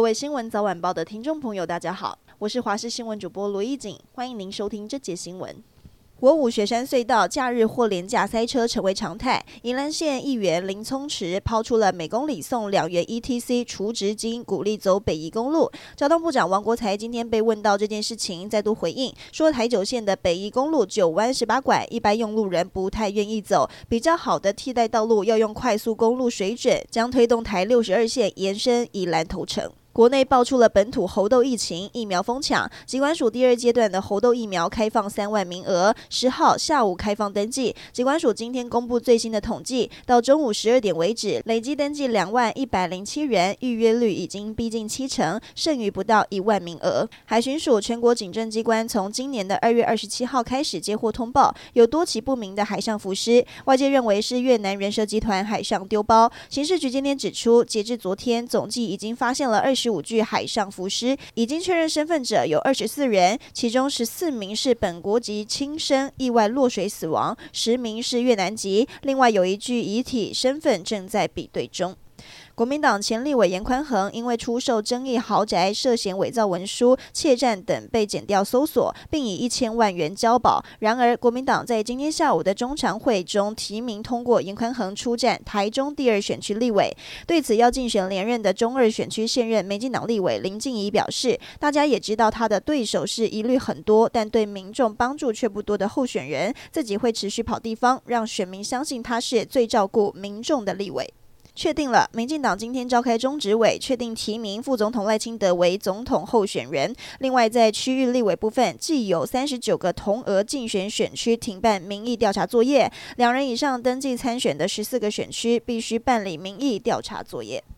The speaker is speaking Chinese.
位新闻早晚报的听众朋友，大家好，我是华视新闻主播罗一锦，欢迎您收听这节新闻。国五雪山隧道假日或连假塞车成为常态，宜兰县议员林聪池抛出了每公里送2元 ETC 除值金，鼓励走北宜公路。交通部长王国材今天被问到这件事情，再度回应说，台九线的北宜公路9弯18拐，一般用路人不太愿意走，比较好的替代道路要用快速公路水准，将推动台62线延伸宜兰头城。国内爆出了本土猴痘疫情，疫苗疯抢，疾管署第2阶段的猴痘疫苗开放3万名额，10号下午开放登记。疾管署今天公布最新的统计，到中午12点为止，累计登记2万107人，预约率已经逼近70%，剩余不到1万名额。海巡署全国警政机关从今年的2月27号开始接获通报，有多起不明的海上浮尸，外界认为是越南人蛇集团海上丢包。刑事局今天指出，截至昨天，总计已经发现了25具海上浮尸，已经确认身份者有24人，其中14名是本国籍轻生意外落水死亡，10名是越南籍，另外有1具遗体身份正在比对中。国民党前立委严宽恒因为出售争议豪宅涉嫌伪造文书、窃占等被检调搜索，并以1000万元交保。然而，国民党在今天下午的中常会中提名通过严宽恒出战台中第2选区立委。对此，要竞选连任的中2选区现任民进党立委林静怡表示，大家也知道他的对手是疑虑很多，但对民众帮助却不多的候选人，自己会持续跑地方，让选民相信他是最照顾民众的立委。确定了，民进党今天召开中执委，确定提名副总统赖清德为总统候选人。另外，在区域立委部分，既有39个同额竞选选区停办民意调查作业，2人以上登记参选的14个选区必须办理民意调查作业。